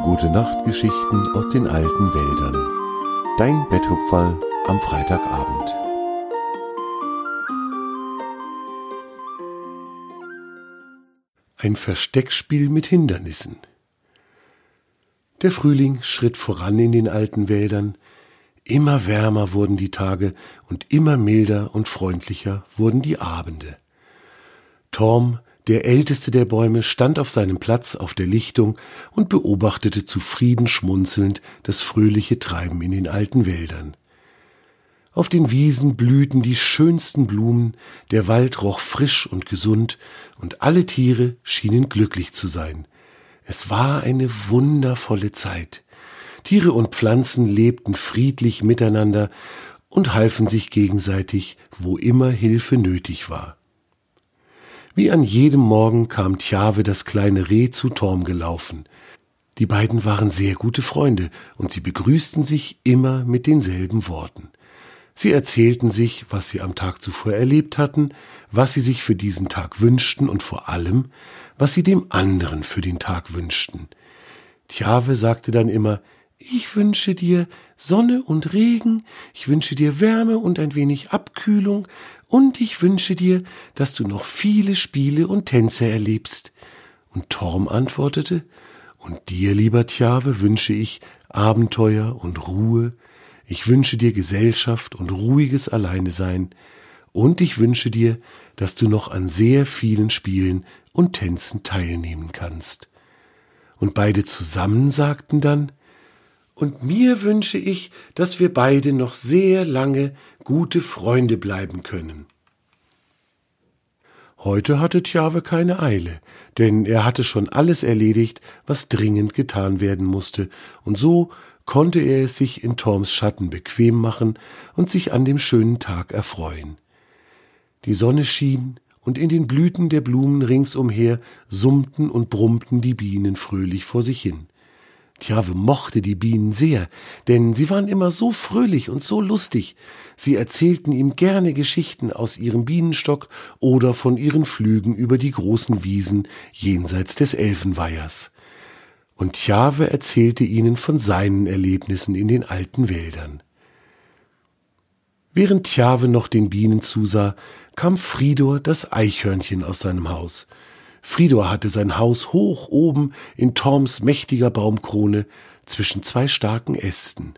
Gute-Nacht-Geschichten aus den alten Wäldern. Dein Betthupferl am Freitagabend. Ein Versteckspiel mit Hindernissen. Der Frühling schritt voran in den alten Wäldern. Immer wärmer wurden die Tage und immer milder und freundlicher wurden die Abende. Torm, der älteste der Bäume, stand auf seinem Platz auf der Lichtung und beobachtete zufrieden schmunzelnd das fröhliche Treiben in den alten Wäldern. Auf den Wiesen blühten die schönsten Blumen, der Wald roch frisch und gesund, und alle Tiere schienen glücklich zu sein. Es war eine wundervolle Zeit. Tiere und Pflanzen lebten friedlich miteinander und halfen sich gegenseitig, wo immer Hilfe nötig war. Wie an jedem Morgen kam Tjave, das kleine Reh, zu Torm gelaufen. Die beiden waren sehr gute Freunde und sie begrüßten sich immer mit denselben Worten. Sie erzählten sich, was sie am Tag zuvor erlebt hatten, was sie sich für diesen Tag wünschten und vor allem, was sie dem anderen für den Tag wünschten. Tjave sagte dann immer: Ich wünsche dir Sonne und Regen, ich wünsche dir Wärme und ein wenig Abkühlung, und ich wünsche dir, dass du noch viele Spiele und Tänze erlebst. Und Torm antwortete: Und dir, lieber Tjave, wünsche ich Abenteuer und Ruhe, ich wünsche dir Gesellschaft und ruhiges Alleinesein, und ich wünsche dir, dass du noch an sehr vielen Spielen und Tänzen teilnehmen kannst. Und beide zusammen sagten dann: Und mir wünsche ich, dass wir beide noch sehr lange gute Freunde bleiben können. Heute hatte Tjave keine Eile, denn er hatte schon alles erledigt, was dringend getan werden musste, und so konnte er es sich in Torms Schatten bequem machen und sich an dem schönen Tag erfreuen. Die Sonne schien, und in den Blüten der Blumen ringsumher summten und brummten die Bienen fröhlich vor sich hin. Tjave mochte die Bienen sehr, denn sie waren immer so fröhlich und so lustig. Sie erzählten ihm gerne Geschichten aus ihrem Bienenstock oder von ihren Flügen über die großen Wiesen jenseits des Elfenweihers. Und Tjave erzählte ihnen von seinen Erlebnissen in den alten Wäldern. Während Tjave noch den Bienen zusah, kam Fridor, das Eichhörnchen, aus seinem Haus. Fridor hatte sein Haus hoch oben in Torms mächtiger Baumkrone zwischen zwei starken Ästen.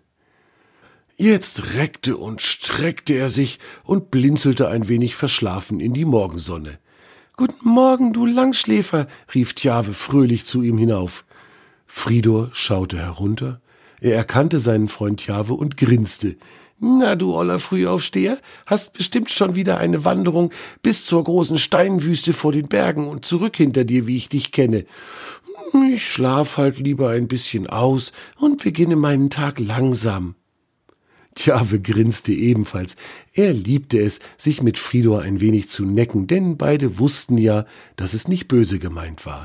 Jetzt reckte und streckte er sich und blinzelte ein wenig verschlafen in die Morgensonne. »Guten Morgen, du Langschläfer«, rief Tjave fröhlich zu ihm hinauf. Fridor schaute herunter, er erkannte seinen Freund Tjave und grinste. »Na, du oller Frühaufsteher, hast bestimmt schon wieder eine Wanderung bis zur großen Steinwüste vor den Bergen und zurück hinter dir, wie ich dich kenne. Ich schlaf halt lieber ein bisschen aus und beginne meinen Tag langsam.« Tjave grinste ebenfalls. Er liebte es, sich mit Fridor ein wenig zu necken, denn beide wussten ja, dass es nicht böse gemeint war.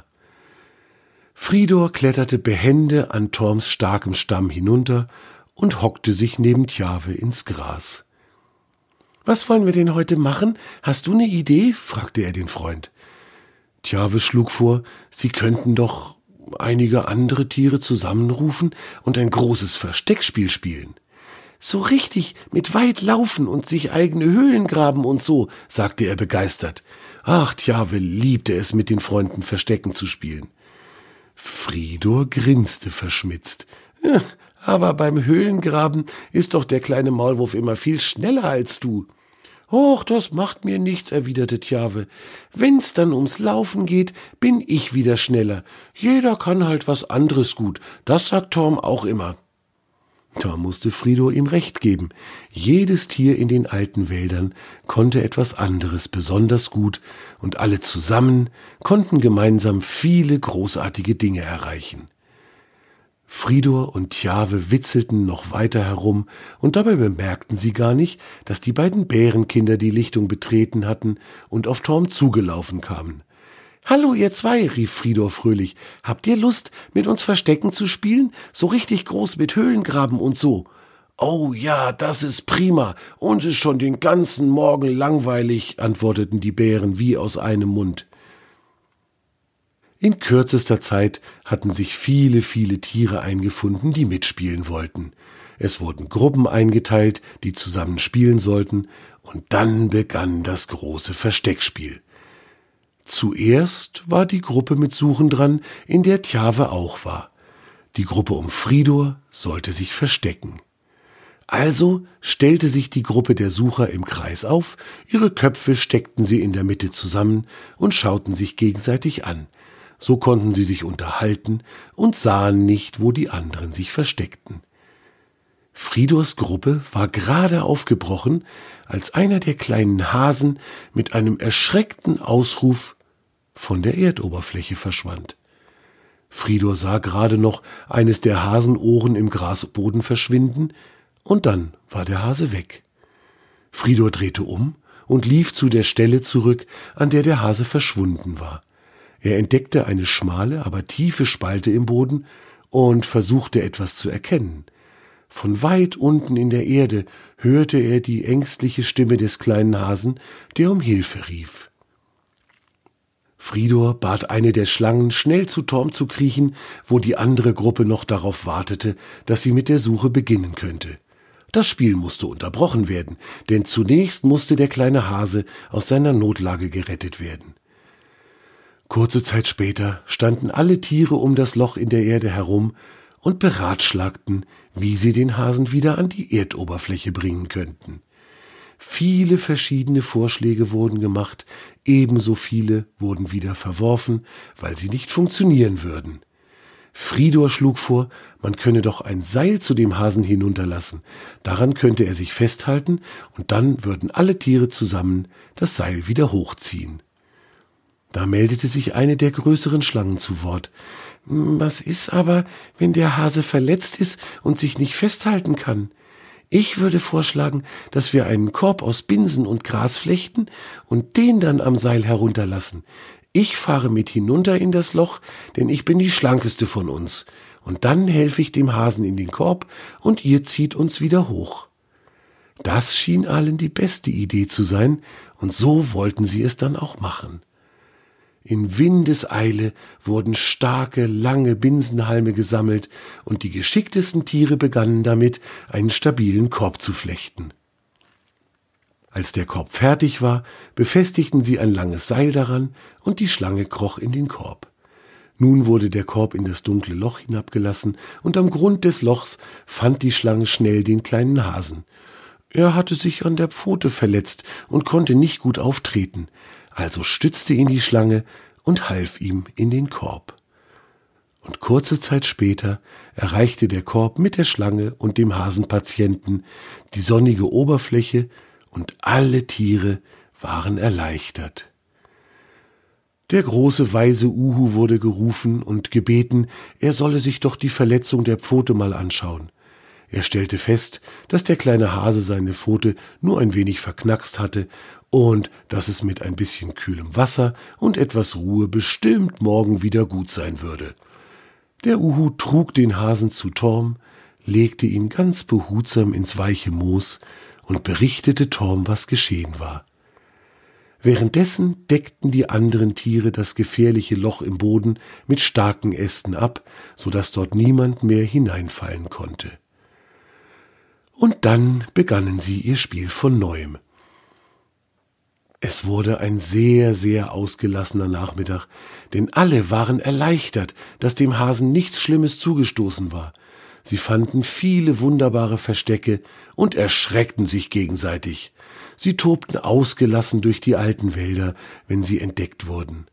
Fridor kletterte behende an Torms starkem Stamm hinunter und hockte sich neben Tjave ins Gras. »Was wollen wir denn heute machen? Hast du eine Idee?« fragte er den Freund. Tjave schlug vor, sie könnten doch einige andere Tiere zusammenrufen und ein großes Versteckspiel spielen. »So richtig, mit weit laufen und sich eigene Höhlen graben und so«, sagte er begeistert. Ach, Tjave liebte es, mit den Freunden Verstecken zu spielen. Fridor grinste verschmitzt. »Aber beim Höhlengraben ist doch der kleine Maulwurf immer viel schneller als du.« »Och, das macht mir nichts«, erwiderte Tjave. »Wenn's dann ums Laufen geht, bin ich wieder schneller. Jeder kann halt was anderes gut, das sagt Torm auch immer.« Da musste Fridor ihm recht geben. Jedes Tier in den alten Wäldern konnte etwas anderes besonders gut, und alle zusammen konnten gemeinsam viele großartige Dinge erreichen. Fridor und Tjave witzelten noch weiter herum, und dabei bemerkten sie gar nicht, dass die beiden Bärenkinder die Lichtung betreten hatten und auf Torm zugelaufen kamen. »Hallo, ihr zwei«, rief Fridor fröhlich, »habt ihr Lust, mit uns Verstecken zu spielen? So richtig groß mit Höhlengraben und so.« »Oh ja, das ist prima, uns ist schon den ganzen Morgen langweilig«, antworteten die Bären wie aus einem Mund. In kürzester Zeit hatten sich viele, viele Tiere eingefunden, die mitspielen wollten. Es wurden Gruppen eingeteilt, die zusammen spielen sollten, und dann begann das große Versteckspiel. Zuerst war die Gruppe mit Suchen dran, in der Tjave auch war. Die Gruppe um Fridor sollte sich verstecken. Also stellte sich die Gruppe der Sucher im Kreis auf, ihre Köpfe steckten sie in der Mitte zusammen und schauten sich gegenseitig an. So konnten sie sich unterhalten und sahen nicht, wo die anderen sich versteckten. Fridors Gruppe war gerade aufgebrochen, als einer der kleinen Hasen mit einem erschreckten Ausruf von der Erdoberfläche verschwand. Fridor sah gerade noch eines der Hasenohren im Grasboden verschwinden, und dann war der Hase weg. Fridor drehte um und lief zu der Stelle zurück, an der der Hase verschwunden war. Er entdeckte eine schmale, aber tiefe Spalte im Boden und versuchte etwas zu erkennen. Von weit unten in der Erde hörte er die ängstliche Stimme des kleinen Hasen, der um Hilfe rief. Fridor bat eine der Schlangen, schnell zu Torm zu kriechen, wo die andere Gruppe noch darauf wartete, dass sie mit der Suche beginnen könnte. Das Spiel musste unterbrochen werden, denn zunächst musste der kleine Hase aus seiner Notlage gerettet werden. Kurze Zeit später standen alle Tiere um das Loch in der Erde herum und beratschlagten, wie sie den Hasen wieder an die Erdoberfläche bringen könnten. Viele verschiedene Vorschläge wurden gemacht, ebenso viele wurden wieder verworfen, weil sie nicht funktionieren würden. Fridor schlug vor, man könne doch ein Seil zu dem Hasen hinunterlassen, daran könnte er sich festhalten und dann würden alle Tiere zusammen das Seil wieder hochziehen. Da meldete sich eine der größeren Schlangen zu Wort. Was ist aber, wenn der Hase verletzt ist und sich nicht festhalten kann? Ich würde vorschlagen, dass wir einen Korb aus Binsen und Gras flechten und den dann am Seil herunterlassen. Ich fahre mit hinunter in das Loch, denn ich bin die Schlankeste von uns. Und dann helfe ich dem Hasen in den Korb und ihr zieht uns wieder hoch. Das schien allen die beste Idee zu sein, und so wollten sie es dann auch machen. In Windeseile wurden starke, lange Binsenhalme gesammelt und die geschicktesten Tiere begannen damit, einen stabilen Korb zu flechten. Als der Korb fertig war, befestigten sie ein langes Seil daran und die Schlange kroch in den Korb. Nun wurde der Korb in das dunkle Loch hinabgelassen und am Grund des Lochs fand die Schlange schnell den kleinen Hasen. Er hatte sich an der Pfote verletzt und konnte nicht gut auftreten. Also stützte ihn die Schlange und half ihm in den Korb. Und kurze Zeit später erreichte der Korb mit der Schlange und dem Hasenpatienten die sonnige Oberfläche und alle Tiere waren erleichtert. Der große weise Uhu wurde gerufen und gebeten, er solle sich doch die Verletzung der Pfote mal anschauen. Er stellte fest, dass der kleine Hase seine Pfote nur ein wenig verknackst hatte und dass es mit ein bisschen kühlem Wasser und etwas Ruhe bestimmt morgen wieder gut sein würde. Der Uhu trug den Hasen zu Torm, legte ihn ganz behutsam ins weiche Moos und berichtete Torm, was geschehen war. Währenddessen deckten die anderen Tiere das gefährliche Loch im Boden mit starken Ästen ab, so dass dort niemand mehr hineinfallen konnte. Und dann begannen sie ihr Spiel von neuem. Es wurde ein sehr, sehr ausgelassener Nachmittag, denn alle waren erleichtert, dass dem Hasen nichts Schlimmes zugestoßen war. Sie fanden viele wunderbare Verstecke und erschreckten sich gegenseitig. Sie tobten ausgelassen durch die alten Wälder, wenn sie entdeckt wurden.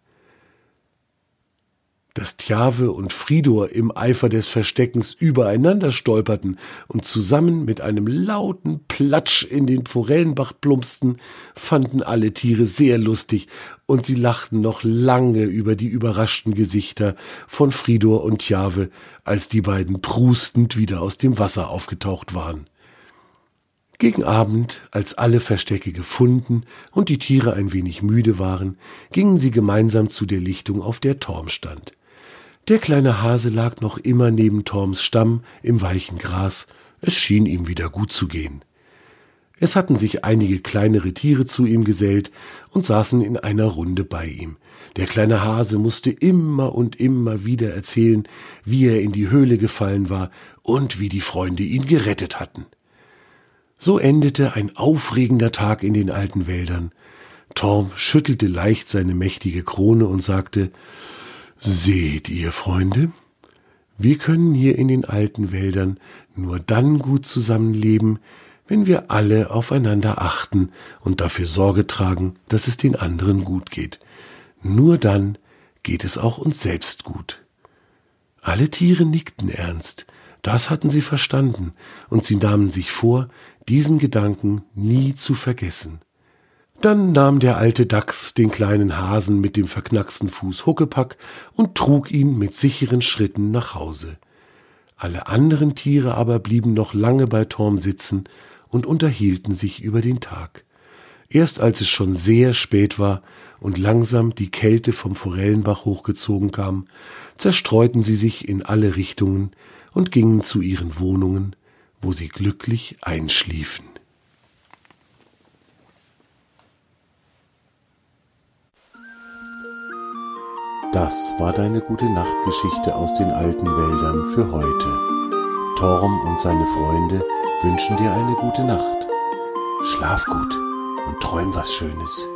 Dass Tjave und Fridor im Eifer des Versteckens übereinander stolperten und zusammen mit einem lauten Platsch in den Forellenbach plumpsten, fanden alle Tiere sehr lustig, und sie lachten noch lange über die überraschten Gesichter von Fridor und Tjave, als die beiden prustend wieder aus dem Wasser aufgetaucht waren. Gegen Abend, als alle Verstecke gefunden und die Tiere ein wenig müde waren, gingen sie gemeinsam zu der Lichtung, auf der Torm stand. Der kleine Hase lag noch immer neben Torms Stamm im weichen Gras. Es schien ihm wieder gut zu gehen. Es hatten sich einige kleinere Tiere zu ihm gesellt und saßen in einer Runde bei ihm. Der kleine Hase musste immer und immer wieder erzählen, wie er in die Höhle gefallen war und wie die Freunde ihn gerettet hatten. So endete ein aufregender Tag in den alten Wäldern. Torm schüttelte leicht seine mächtige Krone und sagte: »Seht ihr, Freunde, wir können hier in den alten Wäldern nur dann gut zusammenleben, wenn wir alle aufeinander achten und dafür Sorge tragen, dass es den anderen gut geht. Nur dann geht es auch uns selbst gut.« Alle Tiere nickten ernst. Das hatten sie verstanden, und sie nahmen sich vor, diesen Gedanken nie zu vergessen. Dann nahm der alte Dachs den kleinen Hasen mit dem verknacksten Fuß Huckepack und trug ihn mit sicheren Schritten nach Hause. Alle anderen Tiere aber blieben noch lange bei Torm sitzen und unterhielten sich über den Tag. Erst als es schon sehr spät war und langsam die Kälte vom Forellenbach hochgezogen kam, zerstreuten sie sich in alle Richtungen und gingen zu ihren Wohnungen, wo sie glücklich einschliefen. Das war deine Gute-Nacht-Geschichte aus den alten Wäldern für heute. Torm und seine Freunde wünschen dir eine gute Nacht. Schlaf gut und träum was Schönes.